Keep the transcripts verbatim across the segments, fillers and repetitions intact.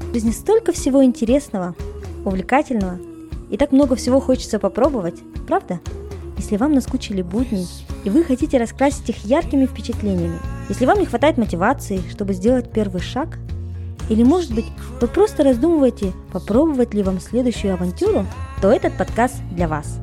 В жизни столько всего интересного, увлекательного, и так много всего хочется попробовать, правда? Если вам наскучили будни, и вы хотите раскрасить их яркими впечатлениями, если вам не хватает мотивации, чтобы сделать первый шаг, или, может быть, вы просто раздумываете, попробовать ли вам следующую авантюру, то этот подкаст для вас.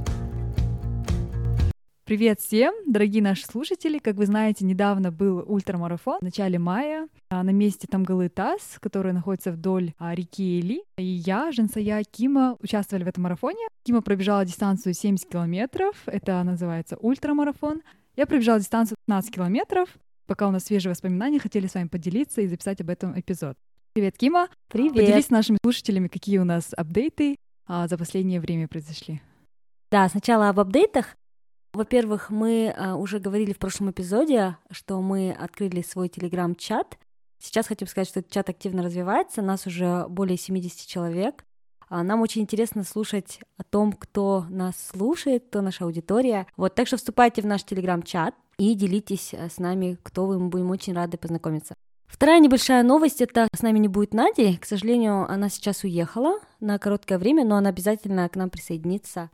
Привет всем, дорогие наши слушатели! Как вы знаете, недавно был ультрамарафон в начале мая на месте Тамгалы-Тас, который находится вдоль реки Или. И я, Жансая, Кима участвовали в этом марафоне. Кима пробежала дистанцию семьдесят километров, это называется ультрамарафон. Я пробежала дистанцию пятнадцать километров. Пока у нас свежие воспоминания, хотели с вами поделиться и записать об этом эпизод. Привет, Кима! Привет! Поделись с нашими слушателями, какие у нас апдейты а, за последнее время произошли. Да, сначала об апдейтах. Во-первых, мы а, уже говорили в прошлом эпизоде, что мы открыли свой телеграм-чат. Сейчас хотим сказать, что этот чат активно развивается, нас уже более семьдесят человек. А, нам очень интересно слушать о том, кто нас слушает, кто наша аудитория. Вот, так что вступайте в наш телеграм-чат и делитесь с нами, кто вы, мы будем очень рады познакомиться. Вторая небольшая новость — это с нами не будет Нади. К сожалению, она сейчас уехала на короткое время, но она обязательно к нам присоединится.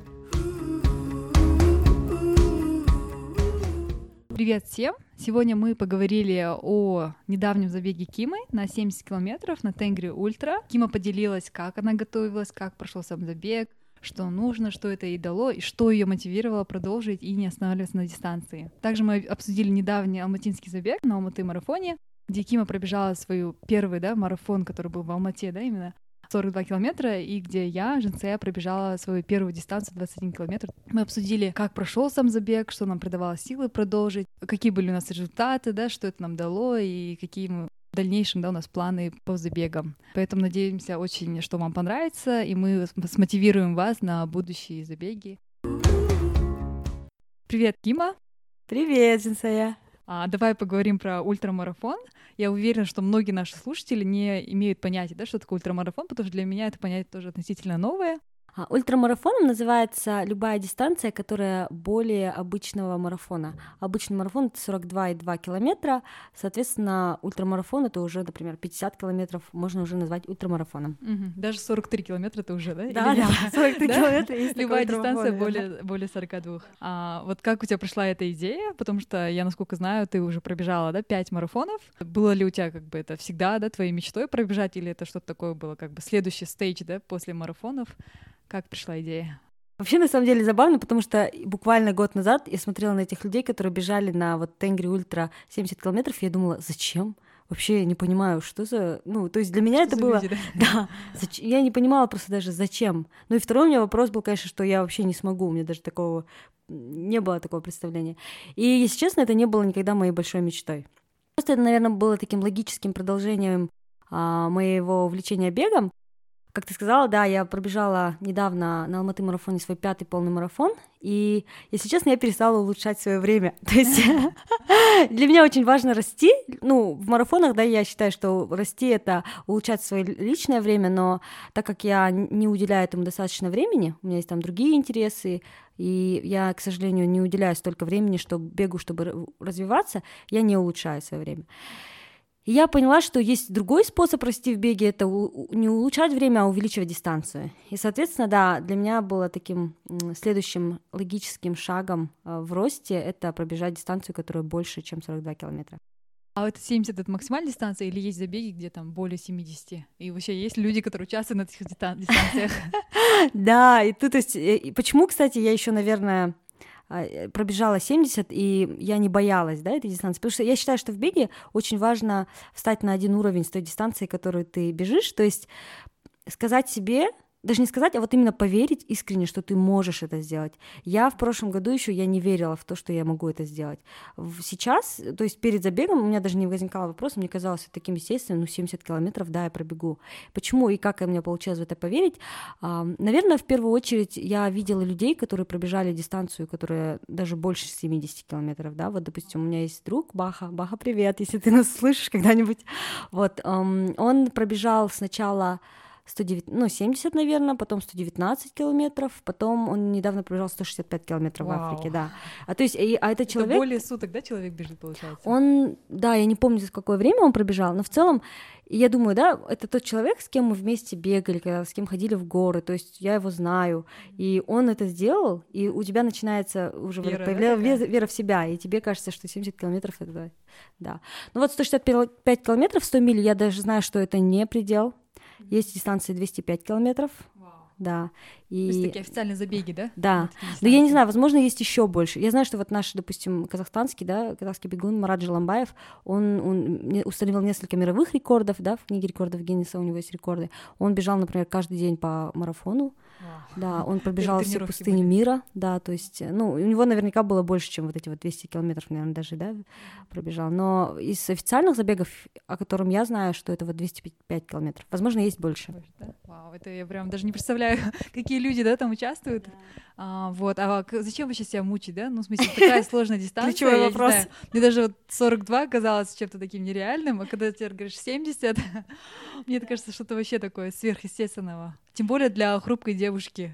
Привет всем! Сегодня мы поговорили о недавнем забеге Кимы на семьдесят километров на Тенгри Ультра. Кима поделилась, как она готовилась, как прошел сам забег, что нужно, что это ей дало, и что ее мотивировало продолжить и не останавливаться на дистанции. Также мы обсудили недавний алматинский забег на Алматы-марафоне, где Кима пробежала свой первый да, марафон, который был в Алмате, да, именно сорок два километра, и где я, Жансая, пробежала свою первую дистанцию двадцать один километр. Мы обсудили, как прошел сам забег, что нам придавало силы продолжить, какие были у нас результаты, да, что это нам дало, и какие мы в дальнейшем, да, у нас планы по забегам. Поэтому надеемся очень, что вам понравится, и мы смотивируем вас на будущие забеги. Привет, Кима! Привет, Жансая! А, давай поговорим про ультрамарафон. Я уверена, что многие наши слушатели не имеют понятия, да, что такое ультрамарафон, потому что для меня это понятие тоже относительно новое. А, ультрамарафоном называется любая дистанция, которая более обычного марафона. Обычный марафон — это сорок два и два километра, соответственно, ультрамарафон — это уже, например, пятьдесят километров, можно уже назвать ультрамарафоном. Угу. Даже сорок три километра это уже, да? Да, да, сорок три километра есть. Любая дистанция более, более сорок два. А вот как у тебя прошла эта идея? Потому что я, насколько знаю, ты уже пробежала, да, пять марафонов. Было ли у тебя как бы это всегда, да, твоей мечтой пробежать, или это что-то такое было, как бы следующий стейдж, да, после марафонов? Как пришла идея? Вообще, на самом деле, забавно, потому что буквально год назад я смотрела на этих людей, которые бежали на вот Тенгри Ультра семьдесят километров, и я думала, зачем? Вообще не понимаю, что за... Ну, то есть для меня что это было... Люди, да? Да, зач... я не понимала просто даже, зачем. Ну и второй у меня вопрос был, конечно, что я вообще не смогу, у меня даже такого... Не было такого представления. И, если честно, это не было никогда моей большой мечтой. Просто это, наверное, было таким логическим продолжением а, моего увлечения бегом. Как ты сказала, да, я пробежала недавно на Алматы-марафоне свой пятый полный марафон, и, если честно, я перестала улучшать свое время. То есть для меня очень важно расти. Ну, в марафонах, да, я считаю, что расти — это улучшать свое личное время, но так как я не уделяю этому достаточно времени, у меня есть там другие интересы, и я, к сожалению, не уделяю столько времени, чтобы бегу, чтобы развиваться, я не улучшаю свое время. И я поняла, что есть другой способ расти в беге — это не улучшать время, а увеличивать дистанцию. И, соответственно, да, для меня было таким следующим логическим шагом в росте — это пробежать дистанцию, которая больше, чем сорок два километра. А это семьдесят — это максимальная дистанция, или есть забеги, где там более семьдесят? И вообще есть люди, которые участвуют на этих дистанциях? Да, и тут, то есть, почему, кстати, я еще, наверное... пробежала семьдесят, и я не боялась, да, этой дистанции, потому что я считаю, что в беге очень важно встать на один уровень с той дистанции, которую ты бежишь, то есть сказать себе, даже не сказать, а вот именно поверить искренне, что ты можешь это сделать. Я в прошлом году еще я не верила в то, что я могу это сделать. Сейчас, то есть перед забегом у меня даже не возникало вопроса, мне казалось это таким естественным, ну семьдесят километров, да, я пробегу. Почему и как у меня получилось в это поверить? Наверное, в первую очередь я видела людей, которые пробежали дистанцию, которая даже больше семьдесят километров, да, вот, допустим, у меня есть друг Баха, Баха, привет, если ты нас слышишь когда-нибудь, вот, он пробежал сначала сто девять, ну, семьдесят, наверное, потом сто девятнадцать километров, потом он недавно пробежал сто шестьдесят пять километров Вау. в Африке, да. А то есть, и, а это человек... Это более суток, да, человек бежит, получается? Он, да, я не помню, за какое время он пробежал, но в целом, я думаю, да, это тот человек, с кем мы вместе бегали, когда, с кем ходили в горы, то есть я его знаю, и он это сделал, и у тебя начинается уже вера, появляется да, вера, вера в себя, и тебе кажется, что семьдесят километров — это, да. Ну вот сто шестьдесят пять километров, сто миль, я даже знаю, что это не предел. Есть дистанции двести пять километров. Вау. Да. И... То есть такие официальные забеги, да? Да. Но я не знаю, возможно, есть еще больше. Я знаю, что вот наш, допустим, казахстанский, да, казахский бегун Марат Жиламбаев, он, он установил несколько мировых рекордов, да, в книге рекордов Гиннесса у него есть рекорды. Он бежал, например, каждый день по марафону. Вау. Да, он пробежал все пустыни были. мира, да, то есть, ну, у него наверняка было больше, чем вот эти вот двести километров, наверное, даже, да, пробежал. Но из официальных забегов, о котором я знаю, что это вот двести пять километров, возможно, есть больше. Да? Вау, это я прям даже не представляю, какие люди, да, там участвуют. Да. А, вот, а зачем вообще себя мучить, да? Ну, в смысле, такая сложная дистанция. Ключевой вопрос. Мне даже вот сорок два казалось чем-то таким нереальным, а когда ты говоришь семьдесят, мне кажется, что-то вообще такое сверхъестественного. Тем более для хрупкой девушки.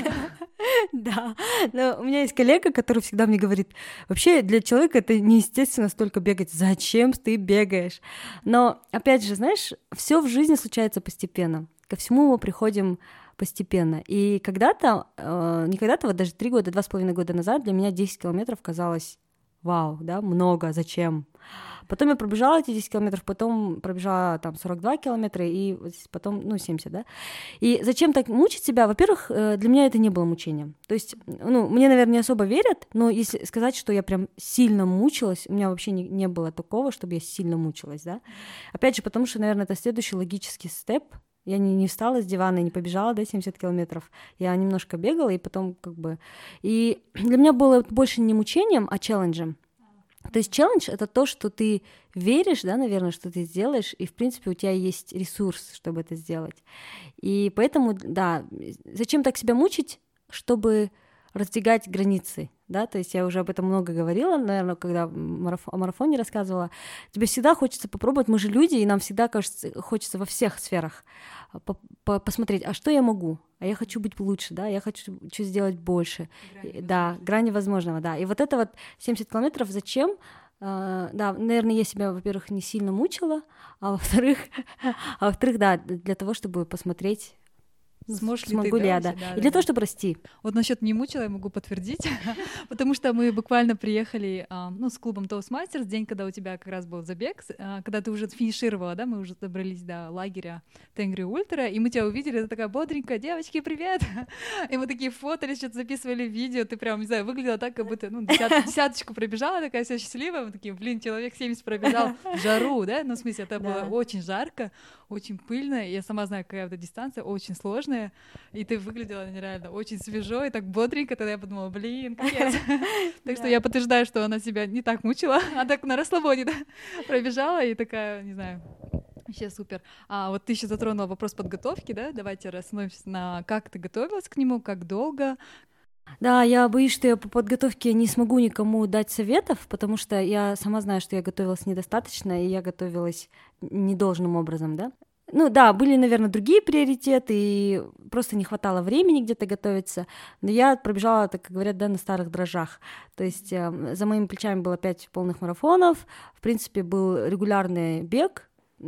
Да, но у меня есть коллега, который всегда мне говорит, вообще для человека это неестественно столько бегать, зачем ты бегаешь? Но, опять же, знаешь, все в жизни случается постепенно, ко всему мы приходим постепенно, и когда-то, э, не когда-то, вот даже три года, два с половиной года назад для меня десять километров казалось, вау, да, много, зачем? Потом я пробежала эти десять километров, потом пробежала там сорок два километра, и потом, ну, семьдесят, да. И зачем так мучить себя? Во-первых, для меня это не было мучением. То есть, ну, мне, наверное, не особо верят, но если сказать, что я прям сильно мучилась, у меня вообще не, не было такого, чтобы я сильно мучилась, да. Опять же, потому что, наверное, это следующий логический степ. Я не, не встала с дивана, не побежала, да, семьдесят километров. Я немножко бегала, и потом как бы... И для меня было больше не мучением, а челленджем. То есть челлендж — это то, что ты веришь, да, наверное, что ты сделаешь, и, в принципе, у тебя есть ресурс, чтобы это сделать. И поэтому, да, зачем так себя мучить, чтобы раздвигать границы, да, то есть я уже об этом много говорила, наверное, когда мараф- о марафоне рассказывала. Тебе всегда хочется попробовать, мы же люди, и нам всегда кажется, хочется во всех сферах посмотреть, а что я могу, а я хочу быть лучше, да, я хочу, хочу сделать больше, грани да, грани возможного, да, и вот это вот семьдесят километров зачем? Uh, да, наверное, я себя, во-первых, не сильно мучила, а во-вторых, а во-вторых, да, для того, чтобы посмотреть, Сможешь ли смогу ты, ли я, да, да. да, И да, для да. того, чтобы расти. Вот насчет не мучила, я могу подтвердить, потому что мы буквально приехали, ну, с клубом Toastmasters, день, когда у тебя как раз был забег, когда ты уже финишировала, да, мы уже добрались до лагеря Тенгри Ультра, и мы тебя увидели, ты такая бодренькая, девочки, привет! И мы такие фотали, что-то записывали видео, ты прям, не знаю, выглядела так, как будто, ну, десят, десяточку пробежала, такая вся счастливая, мы такие, блин, человек семьдесят пробежал в жару, да, ну, в смысле, это было очень жарко, очень пыльно, я сама знаю, какая эта дистанция, очень сложная, и ты выглядела нереально очень свежо и так бодренько, тогда я подумала, блин, капец. Так что я подтверждаю, что она себя не так мучила, а так на расслабоне пробежала и такая, не знаю, вообще супер. А вот ты еще затронула вопрос подготовки, да? Давайте остановимся на как ты готовилась к нему, как долго. Да, я боюсь, что я по подготовке не смогу никому дать советов, потому что я сама знаю, что я готовилась недостаточно, и я готовилась недолжным образом, да. Ну да, были, наверное, другие приоритеты, и просто не хватало времени где-то готовиться, но я пробежала, так как говорят, да, на старых дрожжах. То есть э, за моими плечами было пять полных марафонов, в принципе, был регулярный бег,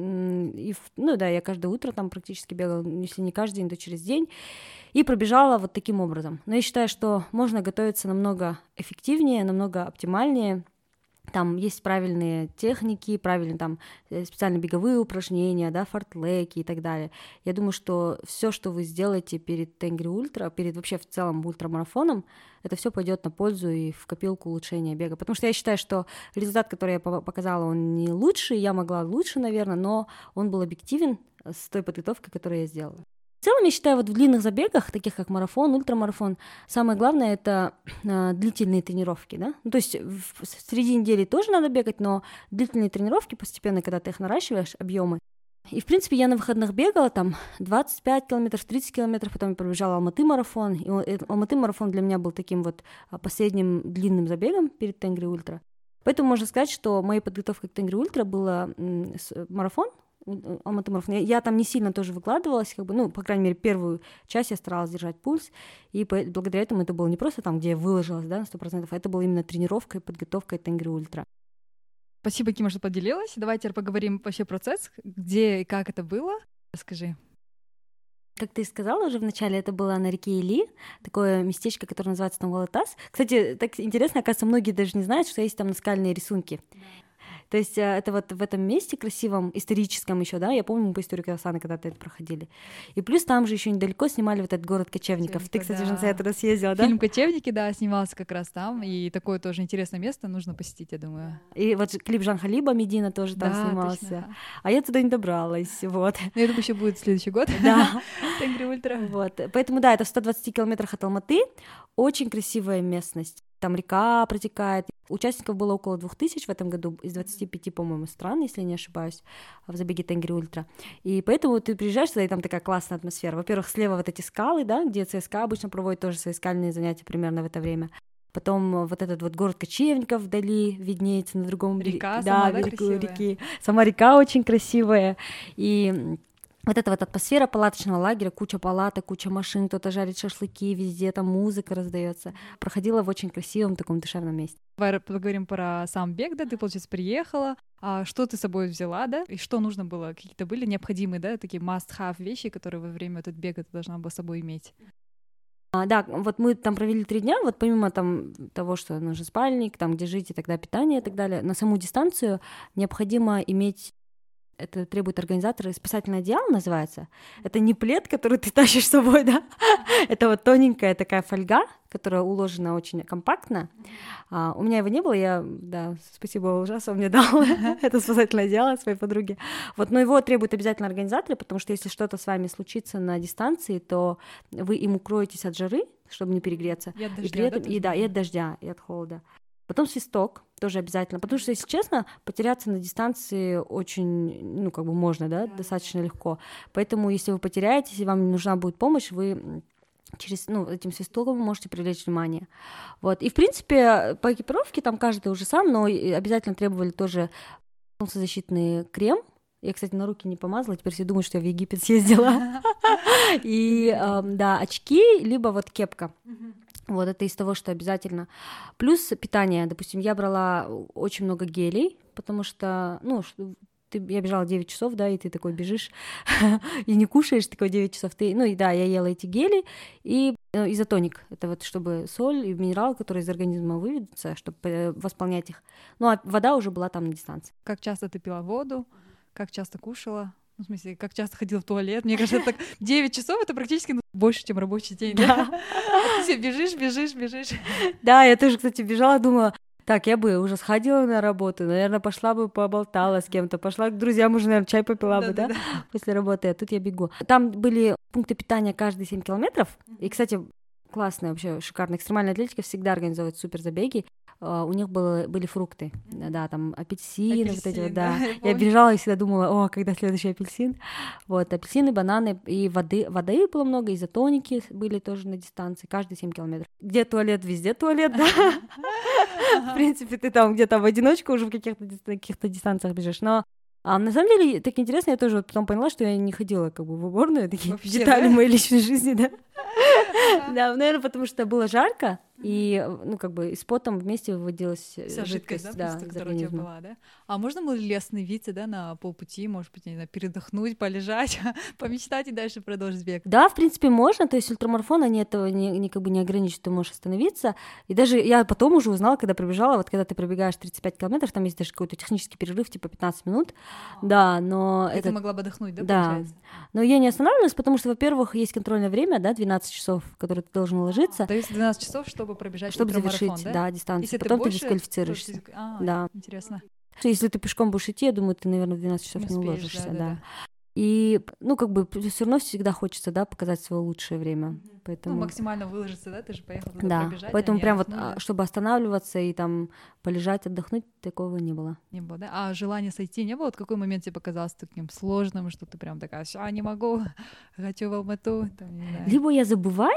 и, ну да, я каждое утро там практически бегала, если не каждый день, то через день, и пробежала вот таким образом. Но я считаю, что можно готовиться намного эффективнее, намного оптимальнее. Там есть правильные техники, правильные там специальные беговые упражнения, да, фортлеки и так далее. Я думаю, что все, что вы сделаете перед Тенгри Ультра, перед вообще в целом ультрамарафоном, это все пойдет на пользу и в копилку улучшения бега. Потому что я считаю, что результат, который я показала, он не лучший, я могла лучше, наверное, но он был объективен с той подготовкой, которую я сделала. В целом, я считаю, вот в длинных забегах, таких как марафон, ультрамарафон, самое главное — это э, длительные тренировки, да? Ну, то есть в, среди недели тоже надо бегать, но длительные тренировки постепенно, когда ты их наращиваешь, объемы. И, в принципе, я на выходных бегала там двадцать пять километров, тридцать километров, потом я пробежала Алматы-марафон, и Алматы-марафон для меня был таким вот последним длинным забегом перед Тенгри Ультра. Поэтому можно сказать, что моей подготовкой к Тенгри Ультра была марафон, Алматы марафон. Я, я там не сильно тоже выкладывалась, как бы, ну, по крайней мере, первую часть я старалась держать пульс, и по, благодаря этому это было не просто там, где я выложилась, да, на сто процентов, а это было именно тренировка и подготовка Тенгри Ультра. Спасибо, Кима, что поделилась. Давай теперь поговорим вообще процесс, где и как это было. Расскажи. Как ты сказала уже вначале, это было на реке Или, такое местечко, которое называется Тамгалатас. Кстати, так интересно, оказывается, многие даже не знают, что есть там наскальные рисунки. То есть это вот в этом месте красивом, историческом еще, да, я помню, мы по истории Казахстана когда-то это проходили. И плюс там же еще недалеко снимали вот этот город Кочевников. Кочевников ты, кстати, да. Женса, я туда съездила, да? Фильм «Кочевники», да, снимался как раз там, и такое тоже интересное место нужно посетить, я думаю. И вот клип Жан Халиба Медина тоже там да, снимался. Точно. А я туда не добралась, вот. Ну, я думаю, еще будет следующий год. Да. Тенгри Ультра. Вот, поэтому, да, это в ста двадцати километрах от Алматы, очень красивая местность. Там река протекает. Участников было около двух тысяч в этом году, из двадцати пяти, по-моему, стран, если не ошибаюсь, в забеге Тенгри Ультра. И поэтому ты приезжаешь сюда, и там такая классная атмосфера. Во-первых, слева вот эти скалы, да, где ЦСКА обычно проводит тоже свои скальные занятия примерно в это время. Потом вот этот вот город Кочевников вдали виднеется на другом берегу. Река да, сама, да, берегу красивая? Реки. Сама река очень красивая. И вот эта вот атмосфера палаточного лагеря, куча палаток, куча машин, кто-то жарит шашлыки, везде там музыка раздается. Проходила в очень красивом таком душевном месте. Давай поговорим про сам бег, да, ты, получается, приехала, а что ты с собой взяла, да, и что нужно было, какие-то были необходимые, да, такие must-have вещи, которые во время этого бега ты должна была с собой иметь? А, да, вот мы там провели три дня, вот помимо там того, что нужен спальник, там, где жить и тогда питание и так далее, на саму дистанцию необходимо иметь. Это требует организатора, спасательное одеяло называется. Это не плед, который ты тащишь с собой, да? Это вот тоненькая такая фольга, которая уложена очень компактно. А, у меня его не было, я, да, спасибо ужасу, он мне дал это спасательное одеяло своей подруге. Вот, но его требует обязательно организаторы, потому что если что-то с вами случится на дистанции, то вы им укроетесь от жары, чтобы не перегреться. И от дождя, и при этом, да, и, да, и от дождя, и от холода. Потом свисток, тоже обязательно, потому что, если честно, потеряться на дистанции очень, ну, как бы можно, да, достаточно легко. Поэтому, если вы потеряетесь, и вам нужна будет помощь, вы через, ну, этим свистоком можете привлечь внимание. Вот. И, в принципе, по экипировке там каждый уже сам, но обязательно требовали тоже солнцезащитный крем. Я, кстати, на руки не помазала, теперь все думают, что я в Египет съездила. И, да, очки, либо вот кепка. Вот это из того, что обязательно. Плюс питание. Допустим, я брала очень много гелей, потому что, ну, ты, я бежала девять часов, да, и ты такой бежишь и не кушаешь, такой девять часов. Ты, ну и да, я ела эти гели и э, изотоник. Это вот чтобы соль и минерал, которые из организма выведутся, чтобы восполнять их. Ну а вода уже была там на дистанции. Как часто ты пила воду? Как часто кушала? Ну, в смысле, как часто ходила в туалет? Мне кажется, так девять часов — это практически больше, чем рабочий день, да? А ты все бежишь, бежишь, бежишь. Да, я тоже, кстати, бежала, думала, так, я бы уже сходила на работу, наверное, пошла бы поболтала с кем-то, пошла к друзьям, уже, наверное, чай попила бы, да, после работы, а тут я бегу. Там были пункты питания каждые семь километров, и, кстати, классная вообще, шикарная экстремальная атлетика всегда организовывает суперзабеги. Uh, у них было, были фрукты, mm-hmm. да, там апельсины, апельсин, вот эти вот, да. Я, я бежала и всегда думала, о, когда следующий апельсин. Вот, апельсины, бананы и воды. Воды было много, изотоники были тоже на дистанции, каждые семь километров. Где туалет, везде туалет, да. В принципе, ты там где-то в одиночку уже в каких-то, каких-то дистанциях бежишь, но а на самом деле, так интересно, я тоже вот потом поняла, что я не ходила как бы в уборную, такие вообще, детали да? моей личной жизни, да. Да, наверное, потому что было жарко, и, ну, как бы, и с потом вместе выводилась вся жидкость, жидкость да, да, которая у тебя была, да? А можно было ли остановиться, да, на полпути, может быть, не знаю, передохнуть, полежать, помечтать и дальше продолжить бег? Да, в принципе, можно, то есть ультрамарафон, они этого не, не, как бы не ограничивают, ты можешь остановиться, и даже я потом уже узнала, когда пробежала, вот когда ты пробегаешь тридцать пять километров, там есть даже какой-то технический перерыв, типа пятнадцать минут, а, да, но... И это... ты могла бы отдохнуть, да, да, получается? Но я не останавливалась, потому что, во-первых, есть контрольное время, да, двенадцать часов, в которое ты должен уложиться. А, то есть двенадцать часов, чтобы пробежать чтобы завершить, да? да, дистанцию. Если потом ты, больше, ты дисквалифицируешься. Ты... А, да. Интересно. Если ты пешком будешь идти, я думаю, ты, наверное, в двенадцать часов не, не успеешь, уложишься, да, да. да, да. И, ну, как бы, все равно всегда хочется, да, показать свое лучшее время. Mm-hmm. Поэтому... Ну, максимально выложиться, да, ты же поехала туда да. пробежать. Поэтому а прям отдохнули. вот, чтобы останавливаться и там полежать, отдохнуть, такого не было. Не было, да? А желание сойти не было? Вот какой момент тебе показался таким сложным, что ты прям такая, все, не могу, хочу в Алмату? Там, не знаю. Либо я забываю,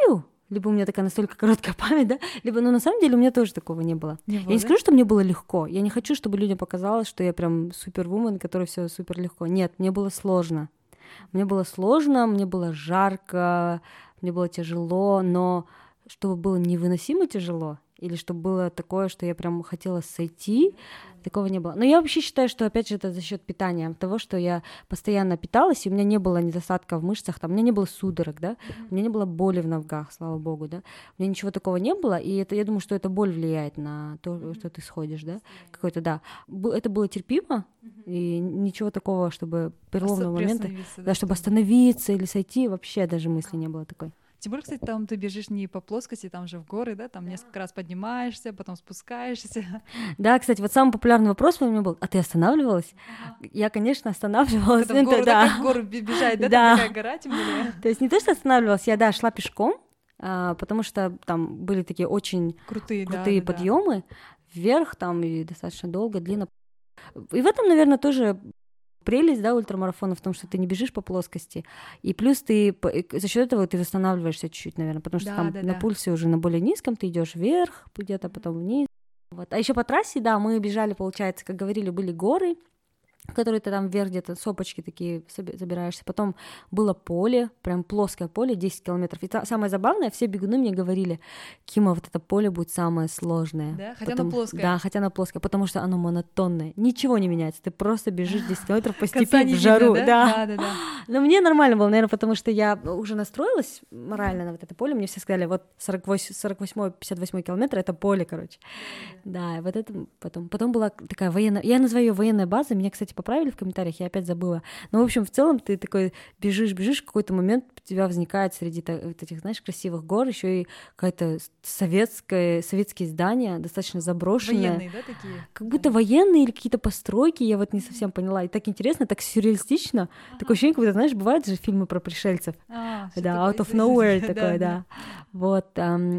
либо у меня такая настолько короткая память, да, либо, ну, на самом деле у меня тоже такого не было. Не было, я не да? скажу, что мне было легко. Я не хочу, чтобы людям показалось, что я прям супервумен, которой все супер легко. Нет, мне было сложно. Мне было сложно, мне было жарко, мне было тяжело, но чтобы было невыносимо тяжело, или чтобы было такое, что я прям хотела сойти, такого не было. Но я вообще считаю, что, опять же, это за счет питания, того, что я постоянно питалась, и у меня не было недостатка в мышцах, там, у меня не было судорог, да, у меня не было боли в ногах, слава богу, да, у меня ничего такого не было, и это, я думаю, что эта боль влияет на то, что ты сходишь, да, какой-то, да. Это было терпимо, и ничего такого, чтобы переломного момента, да, да, чтобы остановиться или сойти, вообще даже мысли не было такой. Тем более, кстати, там ты бежишь не по плоскости, там же в горы, да, там да. несколько раз поднимаешься, потом спускаешься. Да, кстати, вот самый популярный вопрос у меня был: а ты останавливалась? Ага. Я, конечно, останавливалась. Когда в гору, да, да, как в гору бежать, да, да. Там такая гора, тем более. То есть не то, что останавливалась, я, да, шла пешком, а, потому что там были такие очень крутые, крутые да, подъемы да. вверх, там и достаточно долго, длинно. И в этом, наверное, тоже прелесть, да, ультрамарафона в том, что ты не бежишь по плоскости, и плюс ты за счет этого ты восстанавливаешься чуть-чуть, наверное, потому что да, там да, на да. пульсе уже на более низком ты идешь вверх, где-то потом вниз. Вот. А еще по трассе, да, мы бежали, получается, как говорили, были горы, которые ты там вверх где-то, сопочки такие забираешься. Потом было поле, прям плоское поле, десять километров. И самое забавное, все бегуны мне говорили: Кима, вот это поле будет самое сложное. Да? Хотя потому... оно плоское. Да, хотя оно плоское, потому что оно монотонное. Ничего не меняется. Ты просто бежишь десять километров по степи в жару. Видно, да? Да, да, да. Но мне нормально было, наверное, потому что я уже настроилась морально на вот это поле. Мне все сказали: вот сорок восьмой пятьдесят восьмой километр — это поле, короче. Да, да, вот это потом. Потом была такая военная... Я называю ее военная база. Меня, кстати, поправили в комментариях, я опять забыла. Но, в общем, в целом ты такой бежишь, бежишь, в какой-то момент у тебя возникает среди вот этих, знаешь, красивых гор еще и какая-то советская, советские здания, достаточно заброшенные. Военные, да, такие? Как будто военные или какие-то постройки, я вот не совсем поняла. И так интересно, так сюрреалистично. Ага. Такое ощущение, как будто, знаешь, бывают же фильмы про пришельцев. А, да, out of nowhere такое, да. Вот,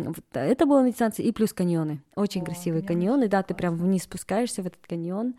это было на дистанции. И плюс каньоны. Очень красивые каньоны, да, ты прям вниз спускаешься в этот каньон.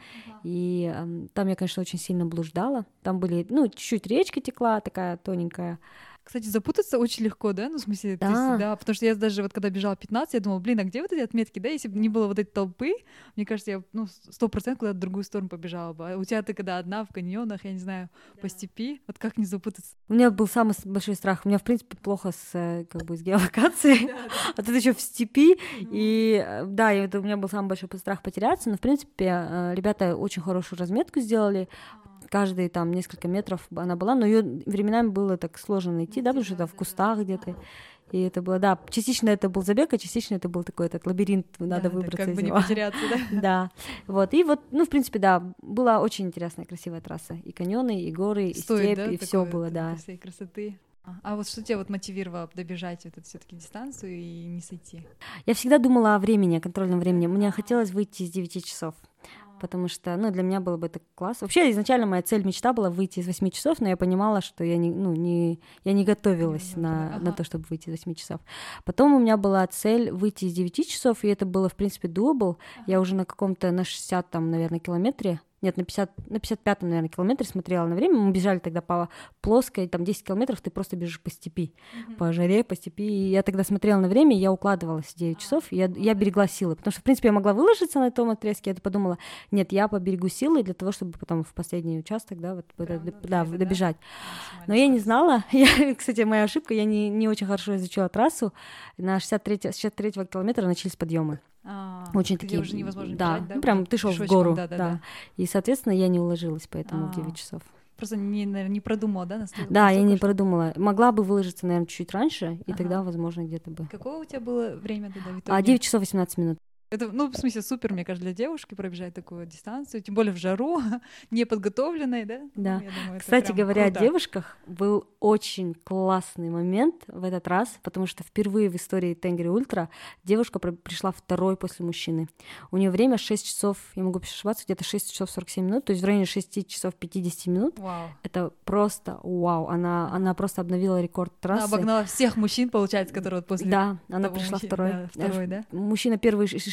И там я, конечно, очень сильно блуждала. Там были, ну, чуть-чуть речка текла, такая тоненькая. Кстати, запутаться очень легко, да? Ну, в смысле, да. Есть, да, потому что я даже вот когда бежала пятнадцать, я думала, блин, а где вот эти отметки, да? Если бы не было вот этой толпы, мне кажется, я, ну, сто процентов куда-то в другую сторону побежала бы. А у тебя ты когда одна в каньонах, я не знаю, да. по степи, вот как не запутаться? У меня был самый большой страх. У меня, в принципе, плохо с, как бы, с геолокацией. А тут еще в степи. И, да, у меня был самый большой страх потеряться. Но, в принципе, ребята очень хорошую разметку сделали. Каждые там несколько метров она была, но ее временами было так сложно найти, да, потому что это в кустах где-то. И это было, да, частично это был забег, а частично это был такой этот лабиринт, надо да, выбраться как из бы него. Не потеряться, да? Да, вот, и вот, ну, в принципе, да, была очень интересная, красивая трасса. И каньоны, и горы, и Стоит, степь, да, и все было, да. Всей красоты. А вот что тебя вот мотивировало добежать вот эту все-таки дистанцию и не сойти? Я всегда думала о времени, о контрольном времени. Мне хотелось выйти из девяти часов. Потому что, ну, для меня было бы это класс. Вообще, изначально моя цель, мечта была выйти из восьми часов, но я понимала, что я не, ну, не, я не готовилась mm-hmm. на, ага. на то, чтобы выйти из восьми часов. Потом у меня была цель выйти из девяти часов, и это было, в принципе, doable. Ага. Я уже на каком-то, на шестидесятом, там, наверное, километре, нет, на, пятьдесят, на пятьдесят пятом, наверное, километре смотрела на время. Мы бежали тогда по плоской, там десять километров, ты просто бежишь по степи, mm-hmm. по жаре, по степи. И я тогда смотрела на время, и я укладывалась в девять часов, и я, я берегла силы. Потому что, в принципе, я могла выложиться на том отрезке, я подумала, нет, я поберегу силы для того, чтобы потом в последний участок, да, вот, Прям, да, да, добежать. Да? Но я не знала. Я, кстати, моя ошибка, я не, не очень хорошо изучила трассу. На шестьдесят третьем километре начались подъемы. А, очень такие, уже невозможно да, бежать, да? Ну, прям ты шел в гору, да, да, да. да. И, соответственно, я не уложилась, поэтому а, в девять часов. Просто не, наверное, не продумала, да? Настолько, да, настолько я не что... продумала. Могла бы выложиться, наверное, чуть раньше, и ага. тогда, возможно, где-то бы. Какое у тебя было время тогда в итоге? А, девять часов восемнадцать минут. Это, ну, в смысле, супер, мне кажется, для девушки пробежать такую дистанцию, тем более в жару, неподготовленной, да? Да. Ну, я думаю, Кстати говоря, круто. О девушках, был очень классный момент в этот раз, потому что впервые в истории Тенгри Ультра девушка пришла второй после мужчины. У нее время шесть часов, я могу ошибаться, где-то шесть часов сорок семь минут, то есть в районе шесть часов пятьдесят минут. Вау. Это просто вау. Она, она просто обновила рекорд трассы. Она обогнала всех мужчин, получается, которые вот после Да, она пришла мужчины, второй. Да, второй, да? Мужчина первый шестьдесят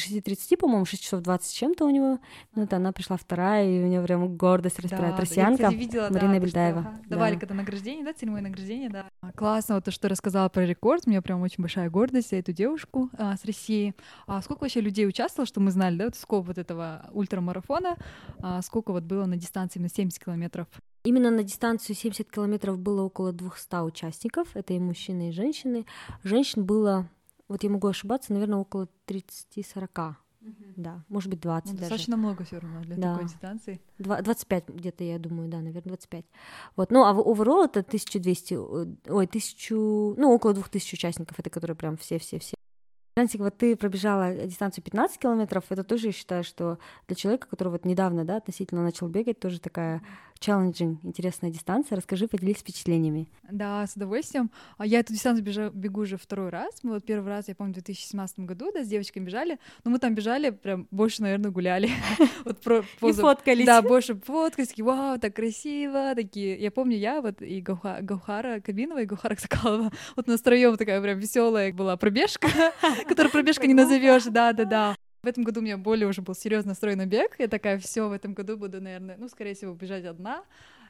шести тридцати, по-моему, шесть часов двадцать с чем-то у него. Ну, это она пришла вторая, и у меня прям гордость распирает. Да, Россиянка я, кстати, видела, Марина да, Бельдаева. Что, ага, давали Да. когда награждение, да, церемонию награждения, да. Классно, вот то, что рассказала про рекорд, у меня прям очень большая гордость за эту девушку а, с России. А сколько вообще людей участвовало, что мы знали, да, вот сколько вот этого ультрамарафона, а сколько вот было на дистанции на семьдесят километров? Именно на дистанцию семьдесят километров было около двухсот участников, это и мужчины, и женщины. Женщин было, вот я могу ошибаться, наверное, около тридцати-сорока. Да, может быть, двадцать Ну, даже. достаточно много все равно для Да. такой дистанции. Два- двадцать пять где-то, я думаю, да, наверное, двадцать пять. Вот, ну, а в overall это тысяча двести, ой, тысячу, ну, около двух тысяч участников, это которые прям все-все-все. Жансик, вот ты пробежала дистанцию пятнадцать километров, это тоже, я считаю, что для человека, который вот недавно, да, относительно начал бегать, тоже такая challenging, интересная дистанция. Расскажи, поделись впечатлениями. Да, с удовольствием. А я эту дистанцию бежа, бегу уже второй раз. Мы вот первый раз, я помню, в две тысячи семнадцатом году, да, с девочками бежали, но мы там бежали, прям больше, наверное, гуляли. Вот про И фоткались. Да, больше фоткались, такие, вау, так красиво, такие. Я помню, я вот и Гауха- Гаухара Кабинова, и Гаухара Аксакалова, вот нас втроём такая прям веселая была пробежка, которую пробежка не назовешь, да-да-да. В этом году у меня более уже был серьезно настроенный бег. Я такая, все, в этом году буду, наверное, ну, скорее всего, бежать одна.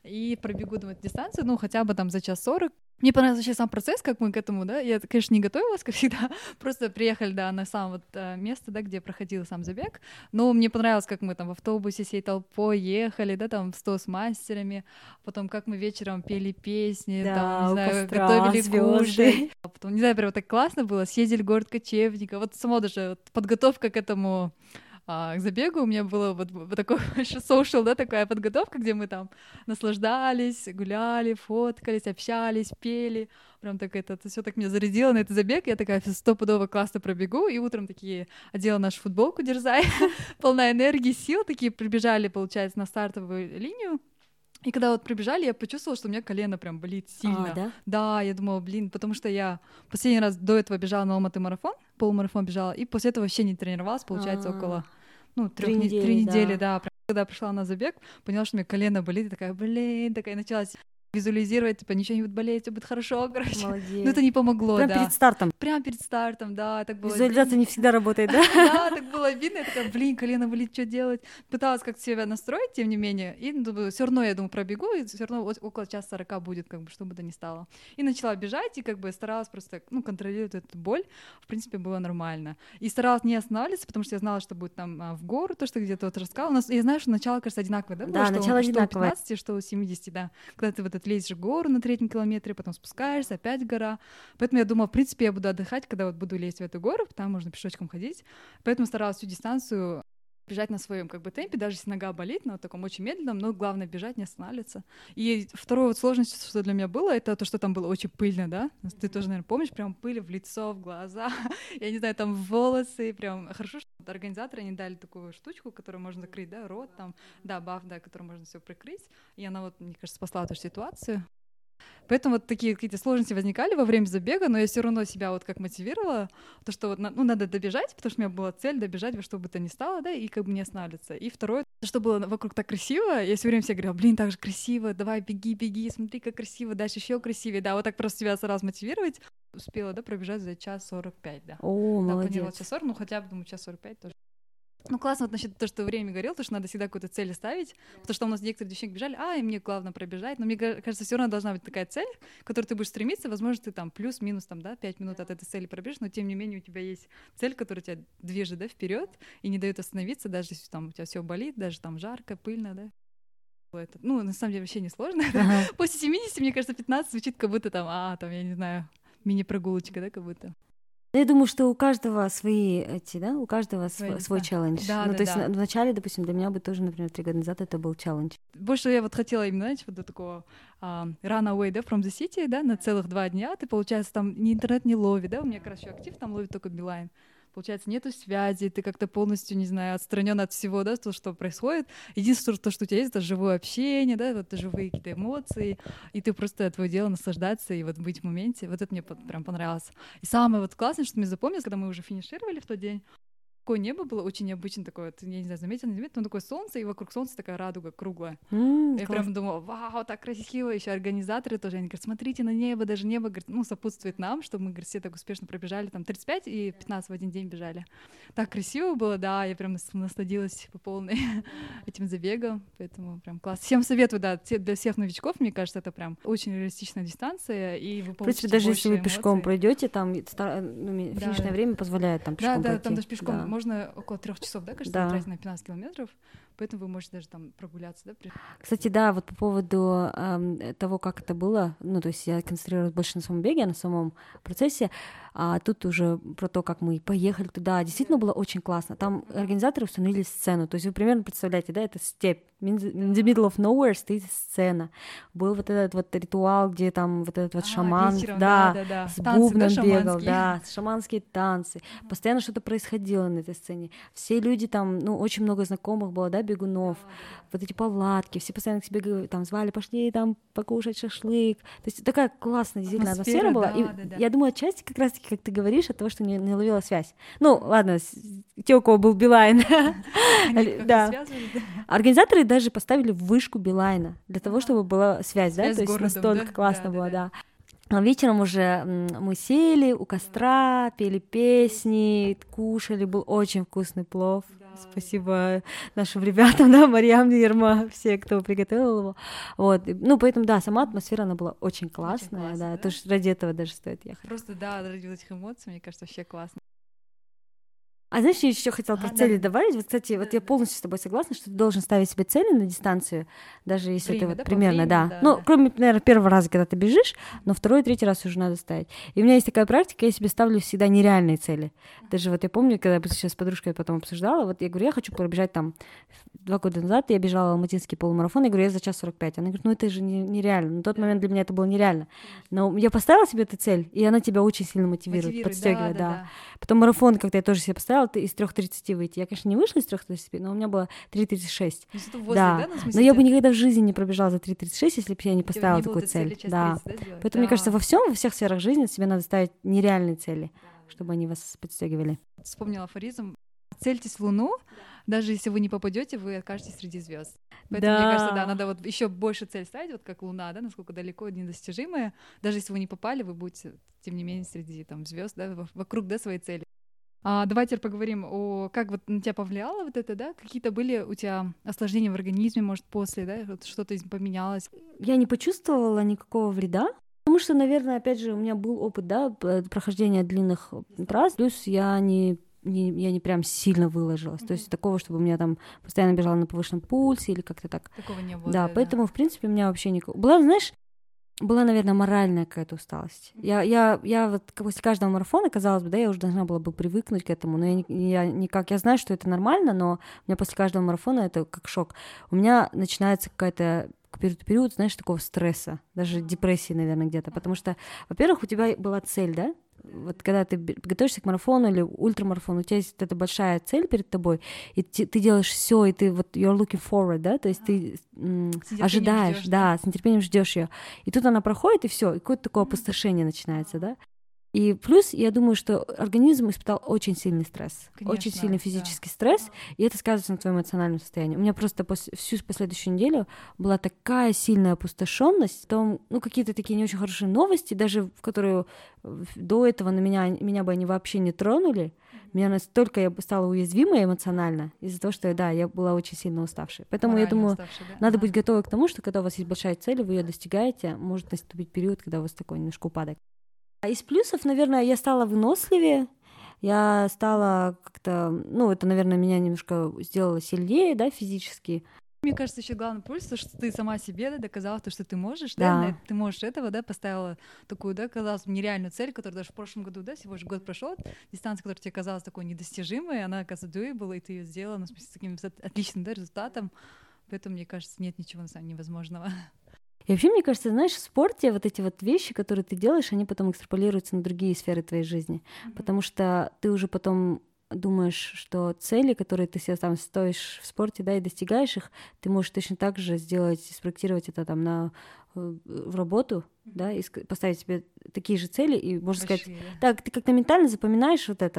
И пробегу, думаю, дистанцию, ну, хотя бы там за час сорок. Мне понравился вообще сам процесс, как мы к этому, да. Я, конечно, не готовилась, как всегда. Просто приехали, да, на самое вот а, место, да, где проходил сам забег. Но мне понравилось, как мы там в автобусе всей толпой ехали, да, там с тостмастерами. Потом, как мы вечером пели песни, Да, там, не у знаю, костра, готовили звёзды. кушать. А потом, не знаю, прям так классно было. Съездили в город Кочевника. Вот само даже вот подготовка к этому а, к забегу у меня было вот, вот такой еще social, да, такая подготовка, где мы там наслаждались, гуляли, фоткались, общались, пели. Прям так это, это все так меня зарядило на этот забег. Я такая стопудово классно пробегу. И утром такие одела нашу футболку Дерзай, полна энергии, сил. Такие прибежали, получается, на стартовую линию. И когда вот прибежали, я почувствовала, что у меня колено прям болит сильно. А, да? Да, я думала, блин, потому что я последний раз до этого бежала на Алматы марафон, полумарафон бежала, и после этого вообще не тренировалась, получается, А, около ну, три трех не- недели, три недели, да. да. Прям когда пришла на забег, поняла, что у меня колено болит, и такая, блин, такая началась визуализировать, типа, ничего не будет болеть, все будет хорошо, короче. Молодец. Ну, это не помогло, Прям да. перед стартом. Прям перед стартом, да, так было. Визуализация не всегда работает, да? Да, так было видно, я такая, блин, колено болит, что делать? Пыталась как-то себя настроить, тем не менее, и думаю, все равно, я думаю, пробегу, и все равно вот около часа сорока будет, как бы, что бы то ни стало. И начала бежать, и как бы старалась просто, ну, контролировать эту боль, в принципе, было нормально. И старалась не останавливаться, потому что я знала, что будет там а, в гору, то, что где-то вот рассказала. У нас, я знаю, что начало, кажется, одинаковое, да, было? Да, что, начало что у одинаковое. пятнадцати, что у семидесяти, да. Когда ты вот это лезешь в гору на третьем километре, потом спускаешься, опять гора. Поэтому я думала, в принципе, я буду отдыхать, когда вот буду лезть в эту гору, там можно пешочком ходить. Поэтому старалась всю дистанцию бежать на своем как бы темпе, даже если нога болит, но таком очень медленном, но главное бежать, не останавливаться. И второй вот сложность, что для меня было, это то, что там было очень пыльно, да? Ты тоже, наверное, помнишь, прям пыль в лицо, в глаза, я не знаю, там в волосы, прям хорошо, что организаторы не дали такую штучку, которую можно закрыть, да, рот, там, да, баф, да, которую можно все прикрыть, и она вот, мне кажется, спасла эту ситуацию. Поэтому вот такие какие-то сложности возникали во время забега, но я все равно себя вот как мотивировала, то, что вот, ну, надо добежать, потому что у меня была цель добежать во что бы то ни стало, да, и как бы не останавливаться. И второе, что было вокруг так красиво, я все время себе говорила, блин, так же красиво, давай, беги, беги, смотри, как красиво, дальше еще красивее, да, вот так просто себя сразу мотивировать. Успела, да, пробежать за час сорок пять, да. О, Да, молодец. планировала час сорок, ну, хотя бы, думаю, час сорок пять тоже. Ну, классно вот насчет того, что время говорил, то, что надо всегда какую-то цель ставить, потому что у нас некоторые девчонки бежали, а, и мне главное пробежать, но мне кажется, все равно должна быть такая цель, к которой ты будешь стремиться, возможно, ты там плюс-минус, там, да, пять минут от этой цели пробежишь, но тем не менее у тебя есть цель, которая тебя движет, да, вперед и не дает остановиться, даже если там у тебя все болит, даже там жарко, пыльно, да. Это, ну, на самом деле вообще не сложно. Ага. После семидесяти, мне кажется, пятнадцать звучит как будто там, а, там, я не знаю, мини-прогулочка, да, как будто. Я думаю, что у каждого свои эти, да, у каждого Свои свой, свой места. челлендж. Да, ну, да, то есть да. на- вначале, допустим, для меня бы тоже, например, три года назад это был челлендж. Больше я вот хотела именно, знаете, вот до такого uh, run away, да, from the city, да, на целых два дня. Ты, получается, там ни интернет не ловит, да, у меня как раз еще актив, там ловит только Билайн. Получается, нету связи, ты как-то полностью, не знаю, отстранен от всего, да, то, что происходит. Единственное, то, что у тебя есть, это живое общение, да, вот живые какие-то эмоции, и ты просто твое дело наслаждаться и вот быть в моменте. Вот это мне прям понравилось. И самое вот классное, что мне запомнилось, когда мы уже финишировали в тот день, такое небо было очень необычно такое, я не знаю, заметила, не заметила, но такое солнце, и вокруг солнца такая радуга круглая. Mm, я класс. прям думала, вау, так красиво. Еще организаторы тоже, они говорят, смотрите на небо, даже небо, говорит, ну, сопутствует нам, чтобы мы, говорит, все так успешно пробежали, там, тридцать пять и пятнадцать в один день бежали. Так красиво было, да, я прям насладилась по полной этим забегом, поэтому прям класс. Всем советую, да, для всех новичков, мне кажется, это прям очень реалистичная дистанция, и вы получите В принципе, даже если вы эмоций. пешком пройдете, там ну, финишное да, время позволяет там пешком да, да, пройти. там даже пешком да. можно около трех часов, да, кажется, да. тратить на пятнадцать километров, поэтому вы можете даже там прогуляться, да. Кстати, да, вот по поводу э, того, как это было, ну, то есть я концентрировалась больше на самом беге, на самом процессе, а тут уже про то, как мы поехали туда, действительно было очень классно. Там организаторы установили сцену, то есть вы примерно представляете, да, это степь, in the middle of nowhere стоит сцена. Был вот этот вот ритуал, где там вот этот вот а, шаман, вечером, да, да, да, да. с танцы, бубном да, бегал, да, шаманские танцы. Постоянно что-то происходило на этой сцене. Все люди там, ну, очень много знакомых было, да, бегунов. Да, да. Вот эти палатки, все постоянно к себе там звали, пошли там покушать шашлык. То есть такая классная действительно атмосфера, атмосфера была. Да, и да, да. Я думаю, отчасти как раз-таки, как ты говоришь, от того, что не, не ловила связь. Ну, ладно, те, у кого был Билайн. Да. Организаторы даже поставили вышку Билайна для того, чтобы была связь, да, то есть настолько классно было, да. Вечером уже мы сели у костра, пели песни, кушали, был очень вкусный плов. Спасибо нашим ребятам, да, Марьям, Ерма, все, кто приготовил его. Вот. Ну, поэтому, да, сама атмосфера, она была очень классная, очень классно, да, да? То, что ради этого даже стоит ехать. Просто, да, ради этих эмоций, мне кажется, вообще классно. А знаешь, я еще хотела про а, цели да. добавить. Вот, кстати, да, вот я полностью с тобой согласна, что ты должен ставить себе цели на дистанцию, даже если Время, это вот да, примерно, времени, да. да. Ну, да. Кроме, наверное, первого раза, когда ты бежишь, но второй, третий раз уже надо ставить. И у меня есть такая практика, я себе ставлю всегда нереальные цели. Даже вот я помню, когда я сейчас с подружкой потом обсуждала, вот я говорю, я хочу пробежать там два года назад, я бежала алматинский полумарафон, я говорю, я за час сорок пять. Она говорит, ну это же не, нереально. На тот момент для меня это было нереально. Но я поставила себе эту цель, и она тебя очень сильно мотивирует, мотивирует подстегивает, да, да. да. Потом марафон, когда я тоже себе поставила, ты из трех тридцати выйти. Я, конечно, не вышла из трех тридцати, но у меня было три тридцать шесть. Возле, да, да но я бы никогда в жизни не пробежала за три тридцать шесть, если бы я не поставила не такую цель. Цели, да. тридцать, да, Поэтому, да. мне кажется, во всем, во всех сферах жизни себе надо ставить нереальные цели, да. чтобы они вас подстегивали. Вспомнила афоризм. Цельтесь в Луну, да. даже если вы не попадете, вы окажетесь среди звезд. Поэтому, да. мне кажется, да, надо вот еще больше цель ставить, вот как Луна, да, насколько далеко недостижимая. Даже если вы не попали, вы будете, тем не менее, среди там звезд, да, вокруг, да, своей цели. А, давай теперь поговорим о, как вот на тебя повлияло вот это, да? Какие-то были у тебя осложнения в организме, может, после, да? Вот что-то поменялось? Я не почувствовала никакого вреда, потому что, наверное, опять же, у меня был опыт, да, прохождения длинных трасс, плюс я не Не, я не прям сильно выложилась. Mm-hmm. То есть такого, чтобы у меня там постоянно бежала на повышенном пульсе или как-то так. Такого не было. Да, да, поэтому, да. в принципе, у меня вообще никакого... Была, знаешь, была, наверное, моральная какая-то усталость. Mm-hmm. Я, я, я вот после каждого марафона, казалось бы, да, я уже должна была бы привыкнуть к этому, но я, я никак... Я знаю, что это нормально, но у меня после каждого марафона это как шок. У меня начинается какая-то период, период, знаешь, такого стресса, даже депрессии, наверное, где-то, потому что, во-первых, у тебя была цель, да? Вот когда ты готовишься к марафону или ультрамарафону, у тебя есть вот эта большая цель перед тобой, и ты, ты делаешь все, и ты вот you're looking forward, да, то есть ты м, ожидаешь, ждёшь, да, да, с нетерпением ждешь ее, и тут она проходит, и все, и какое-то такое опустошение начинается, да. И плюс, я думаю, что организм испытал очень сильный стресс, Конечно, очень сильный физический да. стресс, и это сказывается на твоем эмоциональном состоянии. У меня просто пос- всю последующую неделю была такая сильная опустошенность, потом, ну, какие-то такие не очень хорошие новости, даже в которые до этого на меня, меня бы они вообще не тронули. Меня настолько я стала уязвимой эмоционально из-за того, что, да, я была очень сильно уставшей. Поэтому Морально я думаю, уставший, да? надо ага. быть готовой к тому, что когда у вас есть большая цель, вы ее достигаете, может наступить период, когда у вас такой немножко упадок. Из плюсов, наверное, я стала выносливее, я стала как-то, ну, это, наверное, меня немножко сделало сильнее, да, физически. Мне кажется, еще главный плюс, то, что ты сама себе да, доказала то, что ты можешь, да, да, ты можешь этого, да, поставила такую, да, казалось бы, нереальную цель, которая даже в прошлом году, да, всего же год прошел, дистанция, которая тебе казалась такой недостижимой, она, оказывается, doable, и ты ее сделала, ну, в смысле, с таким отличным, да, результатом, поэтому, мне кажется, нет ничего на самом деле невозможного. И вообще, мне кажется, знаешь, в спорте вот эти вот вещи, которые ты делаешь, они потом экстраполируются на другие сферы твоей жизни, mm-hmm. потому что ты уже потом думаешь, что цели, которые ты себе там стоишь в спорте, да, и достигаешь их, ты можешь точно так же сделать, спроектировать это там на в работу, mm-hmm. да, и поставить себе такие же цели, и, можно Большие, сказать, да. так, ты как-то ментально запоминаешь вот это вот,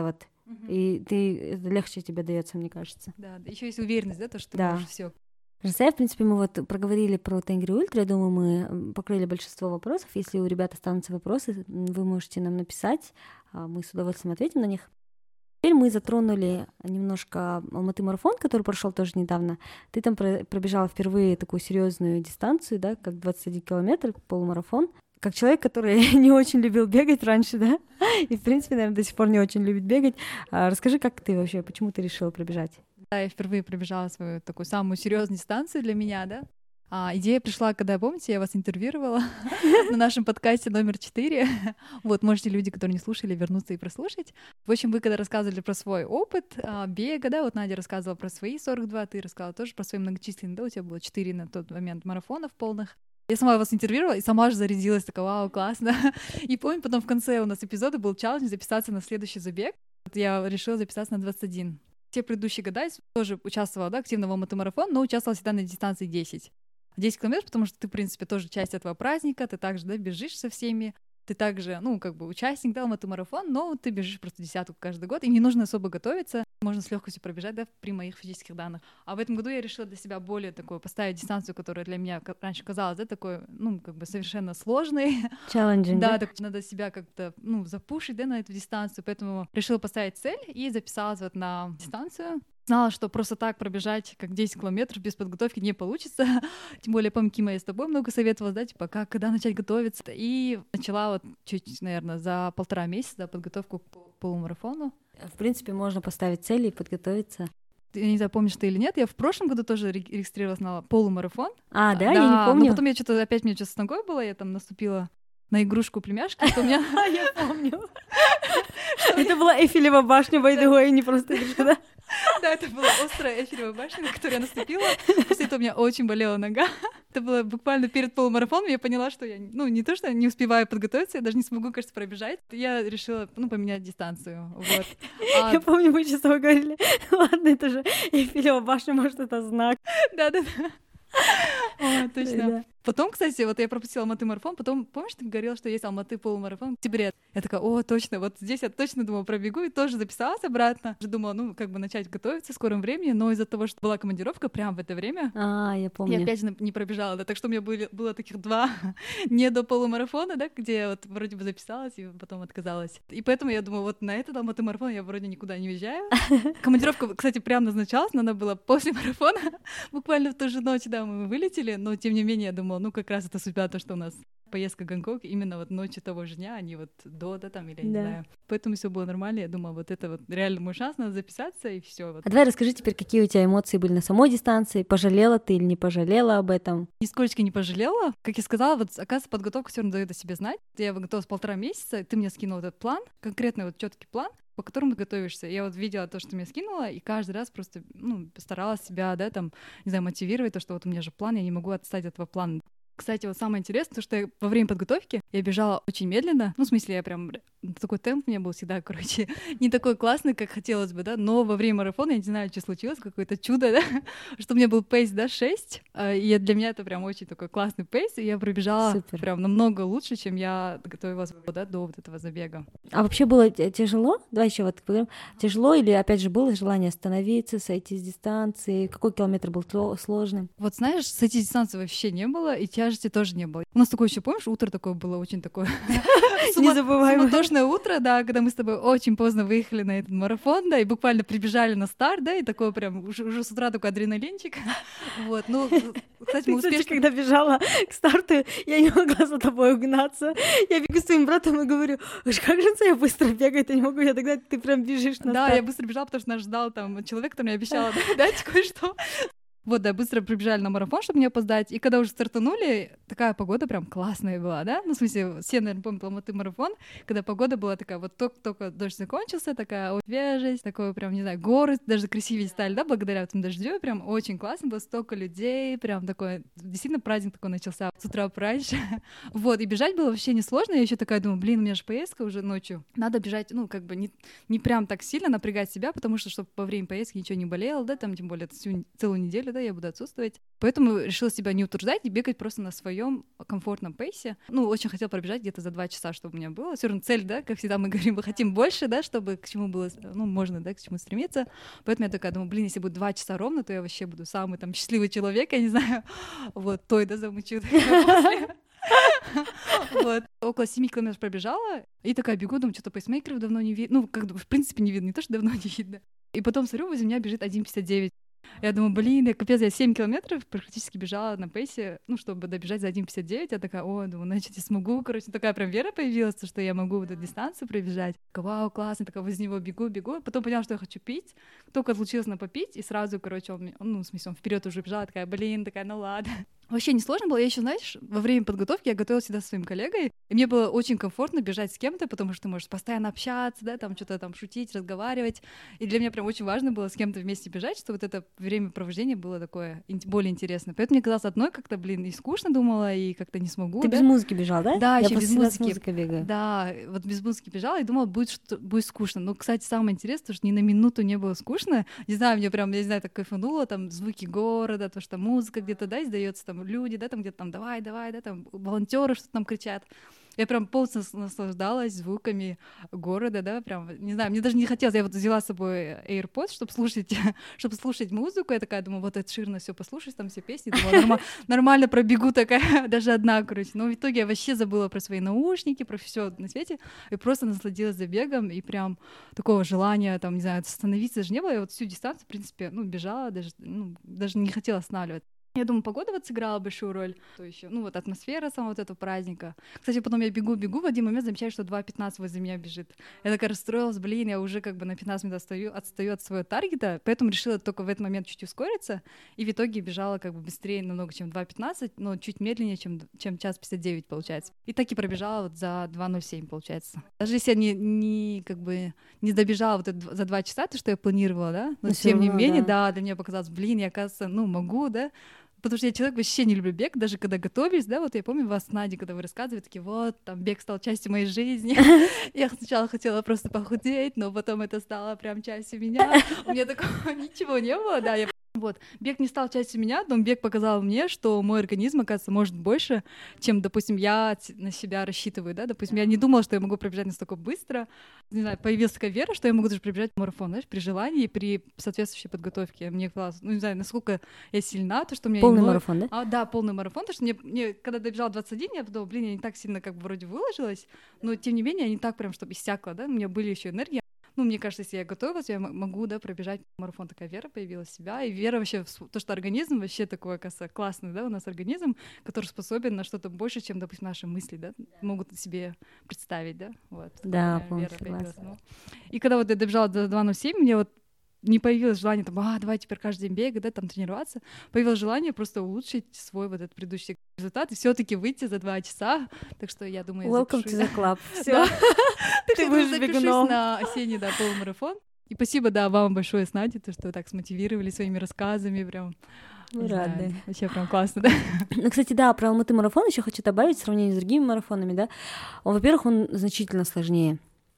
Uh-huh. И ты, это легче тебе дается, мне кажется. Да, еще есть уверенность, да, то, что ты да. можешь все. В принципе, мы вот проговорили про Тенгри Ультра, я думаю, мы покрыли большинство вопросов. Если у ребят останутся вопросы, вы можете нам написать, мы с удовольствием ответим на них. Теперь мы затронули немножко Алматы марафон, который прошел тоже недавно. Ты там пробежала впервые такую серьезную дистанцию, да, как двадцать один километр, полумарафон. Как человек, который не очень любил бегать раньше, да, и, в принципе, наверное, до сих пор не очень любит бегать. Расскажи, как ты вообще, почему ты решила пробежать? Да, я впервые пробежала свою такую самую серьезную дистанцию для меня, да. А, идея пришла, когда, помните, я вас интервьюировала на нашем подкасте номер четыре. Вот, можете люди, которые не слушали, вернуться и прослушать. В общем, вы когда рассказывали про свой опыт а, бега, да, вот Надя рассказывала про свои сорок два, ты рассказала тоже про свои многочисленные, да, у тебя было четыре на тот момент марафонов полных. Я сама вас интервьюировала и сама же зарядилась, такая, вау, классно. И помню, потом в конце у нас эпизода был челлендж записаться на следующий забег. Вот я решила записаться на двадцать один. Все предыдущие года я тоже участвовала, да, активно в Алматы-марафон, но участвовала всегда на дистанции десять. десять километров, потому что ты, в принципе, тоже часть этого праздника, ты также, да, бежишь со всеми, ты также, ну, как бы участник, да, Алматы-марафон, но ты бежишь просто десятку каждый год, и не нужно особо готовиться, можно с легкостью пробежать, да, при моих физических данных. А в этом году я решила для себя более такую поставить дистанцию, которая для меня раньше казалась, да, такой, ну, как бы совершенно сложной. Challenging, да, да? Так надо себя как-то, ну, запушить, да, на эту дистанцию, поэтому решила поставить цель и записалась вот на дистанцию. Знала, что просто так пробежать, как десять километров без подготовки не получится. Тем более, помню, Кима, я с тобой много советовала, да, типа, как, когда начать готовиться. И начала вот чуть, наверное, за полтора месяца да, подготовку к полумарафону. В принципе, можно поставить цели и подготовиться. Я не знаю, помнишь ты или нет, я в прошлом году тоже регистрировалась на полумарафон. А, да? да Я не помню. Но потом я что-то, опять мне что-то с ногой было, я там наступила на игрушку племяшки, что у меня... Я помню. Это была Эйфелева башня, by the way, не просто игрушка, да? Да, это была острая Эйфелева башня, на которую я наступила. После этого у меня очень болела нога. Это было буквально перед полумарафоном. Я поняла, что я, ну, не то, что я не успеваю подготовиться, я даже не смогу, кажется, пробежать. Я решила, ну, поменять дистанцию. Вот. А... Я помню, мы сейчас с тобой говорили, ладно, это же Эйфелева башня, может, это знак. Да-да-да. О, точно. Да. Потом, кстати, вот я пропустила Алматы-марафон, потом, помнишь, ты говорила, что есть Алматы полумарафон в октябре? Я такая, о, точно, вот здесь я точно думала пробегу, и тоже записалась обратно. Уже думала, ну, как бы начать готовиться в скором времени, но из-за того, что была командировка прямо в это время, а, я помню. Я опять же не пробежала, да, так что у меня были, было таких два не до полумарафона, да, где я вот вроде бы записалась и потом отказалась. И поэтому я думаю, вот на этот Алматы-марафон я вроде никуда не уезжаю. Командировка, кстати, прям назначалась, но она была после марафона, буквально в ту же ночь, да, мы вылетели, но тем не менее я думала, ну, как раз это судьба, то, что у нас поездка в Гонконг именно вот ночью того же дня, а не вот до, да, там, или я не да. знаю. Поэтому все было нормально, я думала, вот это вот реально мой шанс, надо записаться, и все. Вот. А давай расскажи теперь, какие у тебя эмоции были на самой дистанции, пожалела ты или не пожалела об этом? Нисколько не пожалела. Как я сказала, вот, оказывается, подготовка все равно дает о себе знать. Я готовилась полтора месяца, ты мне скинул этот план, конкретный вот четкий план, по которому ты готовишься. Я вот видела то, что ты мне скинула, и каждый раз просто, ну, старалась себя, да, там, не знаю, мотивировать, то, что вот у меня же план, я не могу отстать от этого плана. Кстати, вот самое интересное, то, что я во время подготовки я бежала очень медленно. Ну, в смысле, я прям... Такой темп у меня был всегда, короче, не такой классный, как хотелось бы, да, но во время марафона, я не знаю, что случилось, какое-то чудо, да, что у меня был пейс, да, шесть, и для меня это прям очень такой классный пейс, и я пробежала Супер. Прям намного лучше, чем я готовилась, да, до вот этого забега. А вообще было тяжело? Давай еще вот поговорим. Тяжело или, опять же, было желание остановиться, сойти с дистанции? Какой километр был сложным? Вот знаешь, сойти с дистанции вообще не было, и тяжести тоже не было. У нас такое еще, помнишь, утро такое было очень такое... Незабываемое. Утро, да, когда мы с тобой очень поздно выехали на этот марафон, да, и буквально прибежали на старт, да, и такой прям уже, уже с утра такой адреналинчик. Вот, ну, кстати, мы успешно... Кстати, когда бежала к старту, я не могла за тобой угнаться. Я бегу с твоим братом и говорю, как же я быстро бегает, я не могу, я тогда ты прям бежишь на да, старт. Да, я быстро бежала, потому что нас ждал там человек, который мне обещал дать кое-что. Вот, да, быстро прибежали на марафон, чтобы не опоздать. И когда уже стартанули, такая погода прям классная была, да? Ну, в смысле, все, наверное, помнят Алматы марафон, когда погода была такая, вот только-только дождь закончился, такая вот свежесть, такой прям, не знаю, горы даже красивее стали, да, благодаря этому дождю. Прям очень классно было, столько людей, прям такой, действительно праздник такой начался с утра пораньше. Вот, и бежать было вообще несложно. Я еще такая думаю, блин, у меня же поездка уже ночью. Надо бежать, ну, как бы не, не прям так сильно напрягать себя, потому что, чтобы во время поездки ничего не болело, да, там, тем более, всю целую неделю, да, да, я буду отсутствовать. Поэтому решила себя не утруждать и бегать просто на своем комфортном пейсе. Ну, очень хотела пробежать где-то за два часа, чтобы у меня было. Все равно цель, да, как всегда мы говорим, мы хотим больше, да, чтобы к чему было, ну, можно, да, к чему стремиться. Поэтому я такая думаю, блин, если будет два часа ровно, то я вообще буду самый там счастливый человек, я не знаю, вот, той, да, замучу. Вот. Около семи километров пробежала, и такая бегу, думаю, что-то пейсмейкеров давно не видно. Ну, как бы, в принципе, не видно, не то, что давно не видно. И потом смотрю, возле меня бежит один пятьдесят девять. Я думаю, блин, я капец, я семь километров практически бежала на пейсе, ну, чтобы добежать за один пятьдесят девять. Я такая, о, думаю, значит, я смогу. Короче, такая прям вера появилась, что я могу вот эту дистанцию пробежать. Такая, вау, классно, такая возле него бегу, бегу. Потом поняла, что я хочу пить. Только отлучилась на попить, и сразу, короче, он, ну, в смысле, он вперед уже бежал, такая, блин, такая, ну ладно. Вообще не сложно было. Я еще, знаешь, во время подготовки я готовилась всегда со своим коллегой, и мне было очень комфортно бежать с кем-то, потому что ты можешь постоянно общаться, да, там что-то там шутить, разговаривать. И для меня прям очень важно было с кем-то вместе бежать, чтобы вот это времяпровождение было такое более интересное. Поэтому мне казалось одной как-то, блин, и скучно думала, и как-то не смогу. Ты да? без музыки бежал, да? Да, я еще без музыки. с музыкой бегаю. Да, вот без музыки бежала и думала, будет, что, будет скучно. Но, кстати, самое интересное, что ни на минуту не было скучно. Не знаю, мне прям, я не знаю, так кайфануло, там звуки города, то, что музыка где-то, да, издается, там люди, да, там где-то там давай, давай, да, там волонтеры что-то там кричат. Я прям полностью наслаждалась звуками города, да, прям, не знаю, мне даже не хотелось, я вот взяла с собой AirPods, чтобы слушать, чтобы слушать музыку, я такая думаю, вот это ширно все послушать, там все песни, думала, норма- нормально пробегу такая, даже одна, короче, но в итоге я вообще забыла про свои наушники, про все на свете, и просто насладилась забегом, и прям такого желания, там, не знаю, остановиться даже не было, я вот всю дистанцию, в принципе, ну, бежала, даже, ну, даже не хотела останавливать. Я думаю, погода вот сыграла большую роль. То еще, ну вот атмосфера самого вот этого праздника. Кстати, потом я бегу-бегу, в один момент замечаю, что два пятнадцать возле меня бежит. Я такая расстроилась, блин, я уже как бы на пятнадцать минут отстаю, отстаю от своего таргета, поэтому решила только в этот момент чуть ускориться, и в итоге бежала как бы быстрее намного, чем два пятнадцать, но чуть медленнее, чем, чем час пятьдесят девять, получается. И так и пробежала вот за два ноль семь, получается. Даже если я не, не как бы не добежала вот это за два часа, то, что я планировала, да, но, но тем не менее, да. да, для меня показалось, блин, я, оказывается, ну, могу, да, потому что я человек вообще не люблю бег, даже когда готовились, да, вот я помню вас с Надей, когда вы рассказывали, такие, вот, там, бег стал частью моей жизни. Я сначала хотела просто похудеть, но потом это стало прям частью меня. У меня такого ничего не было, да, я вот, бег не стал частью меня, но бег показал мне, что мой организм, оказывается, может больше, чем, допустим, я на себя рассчитываю, да, допустим, я не думала, что я могу пробежать настолько быстро, не знаю, появилась такая вера, что я могу даже пробежать марафон, знаешь, при желании, при соответствующей подготовке. Мне казалось, ну, не знаю, насколько я сильна, то, что у меня... Полный много... марафон, да? А, да, полный марафон, то, что мне, мне когда добежала двадцать один, я подумала, блин, я не так сильно как бы вроде выложилась, но, тем не менее, я не так прям, чтобы иссякла, да, у меня были еще энергии. Ну, мне кажется, если я готовилась, я могу, да, пробежать марафон. Такая вера появилась в себя, и вера вообще в то, что организм вообще такой, оказывается, классный, да, у нас организм, который способен на что-то больше, чем, допустим, наши мысли, да, могут себе представить, да, вот. Да, вера появилась. Ну. И когда вот я добежала до два ноль семь, мне вот не появилось желание, там, а, давай теперь каждый день бегать, да, там, тренироваться. Появилось желание просто улучшить свой вот этот предыдущий результат и все-таки выйти за два часа. Так что я думаю, я Welcome запишусь. to the club. Всё. Так что я запишусь бегуном. на осенний, да, полумарафон. И спасибо, да, вам большое, с Надей, то, что вы так смотивировали своими рассказами, прям. Мы рады. Вообще прям классно, да. Ну, кстати, да, про Алматы марафон еще хочу добавить в сравнении с другими марафонами, да. Он, во-первых, он значительно сложнее.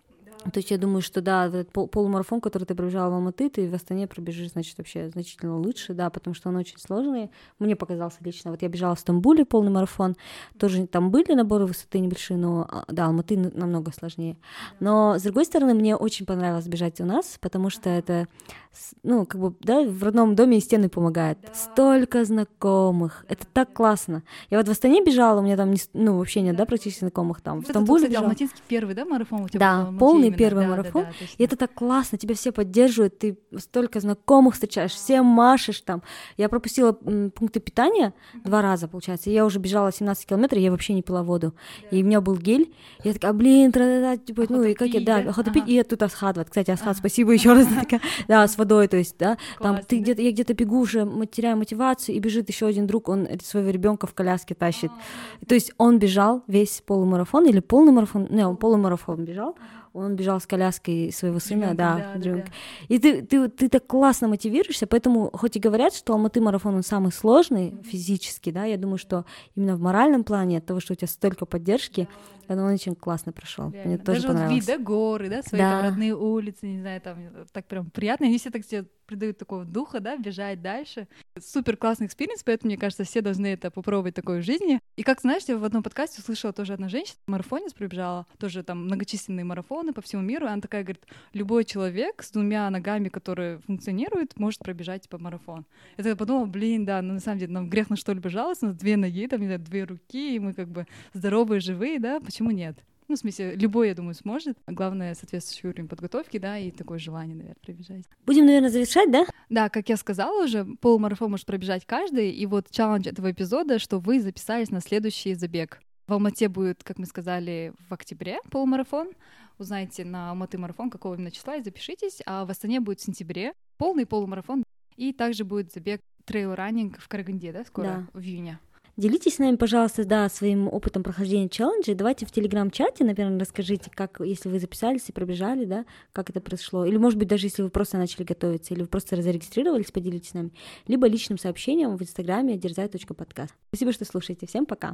То есть я думаю, что да, этот полумарафон, который ты пробежала в Алматы, ты в Астане пробежишь, значит, вообще значительно лучше, да, потому что он очень сложный. Мне показался лично. Вот я бежала в Стамбуле полный марафон, тоже там были наборы высоты небольшие, но да, Алматы намного сложнее. Но, с другой стороны, мне очень понравилось бежать у нас, потому что это, ну, как бы, да, в родном доме и стены помогают. Столько знакомых, это так классно. Я вот в Астане бежала, у меня там, не, ну, вообще нет, да, практически знакомых там. В Стамбуле бежала. Алматинский первый, да, марафон у тебя да, был? полный Именно. первый да, марафон, да, да, и это так классно, тебя все поддерживают, ты столько знакомых встречаешь, всем машешь там. Я пропустила м, пункты питания mm-hmm. два раза, получается, и я уже бежала семнадцать километров, я вообще не пила воду, yeah. и у меня был гель, и я такая, блин, тра-та-та, типа, ну и как я, да, охота пить, и я тут асхат, кстати, асхат, спасибо еще раз, да, с водой, то есть, да, там ты где-то, я где-то бегу уже, теряю мотивацию, и бежит еще один друг, он своего ребенка в коляске тащит, то есть он бежал весь полумарафон или полный марафон, не, он полумарафон бежал, он бежал с коляской своего сына, да, да, да, да. И ты, ты, ты так классно мотивируешься, поэтому, хоть и говорят, что Алматы марафон, он самый сложный mm-hmm. физически, да, я думаю, что именно в моральном плане, от того, что у тебя столько поддержки, он очень классно прошел. Мне тоже даже понравилось. Вот вид, да, горы, да, свои да. там родные улицы, не знаю, там так прям приятно, они все так тебе придают такого духа, да, бежать дальше. Супер классный экспириенс, поэтому, мне кажется, все должны это попробовать такое в жизни. И как, знаешь, я в одном подкасте услышала тоже одна женщина, марафонец пробежала, тоже там многочисленные марафоны по всему миру, и она такая говорит, любой человек с двумя ногами, которые функционируют, может пробежать, типа, марафон. Я тогда подумала, блин, да, ну на самом деле нам грех на что-либо жаловаться, у нас две ноги, там, не знаю, две руки, и мы как бы здоровые, живые, да, почему нет? Ну, в смысле, любой, я думаю, сможет. Главное, соответствующий уровень подготовки, да, и такое желание, наверное, пробежать. Будем, наверное, завершать, да? Да, как я сказала уже, полумарафон может пробежать каждый, и вот челлендж этого эпизода, что вы записались на следующий забег. В Алмате будет, как мы сказали, в октябре полумарафон. Узнайте на Алматы марафон, какого именно числа, и запишитесь. А в Астане будет в сентябре полный полумарафон. И также будет забег трейл-раннинг в Караганде, да, скоро, да. в июне. Делитесь с нами, пожалуйста, да, своим опытом прохождения челленджа. Давайте в телеграм-чате, наверное, расскажите, как, если вы записались и пробежали, да, как это произошло. Или, может быть, даже если вы просто начали готовиться, или вы просто зарегистрировались, поделитесь с нами. Либо личным сообщением в инстаграме дерзай точка подкаст. Спасибо, что слушаете. Всем пока.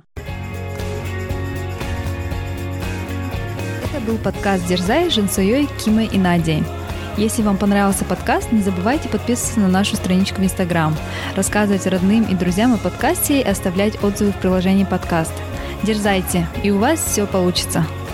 Это был подкаст «Дерзай» с Женсуей, Кимой и Надей. Если вам понравился подкаст, не забывайте подписываться на нашу страничку в Инстаграм, рассказывать родным и друзьям о подкасте и оставлять отзывы в приложении подкаст. Дерзайте, и у вас все получится.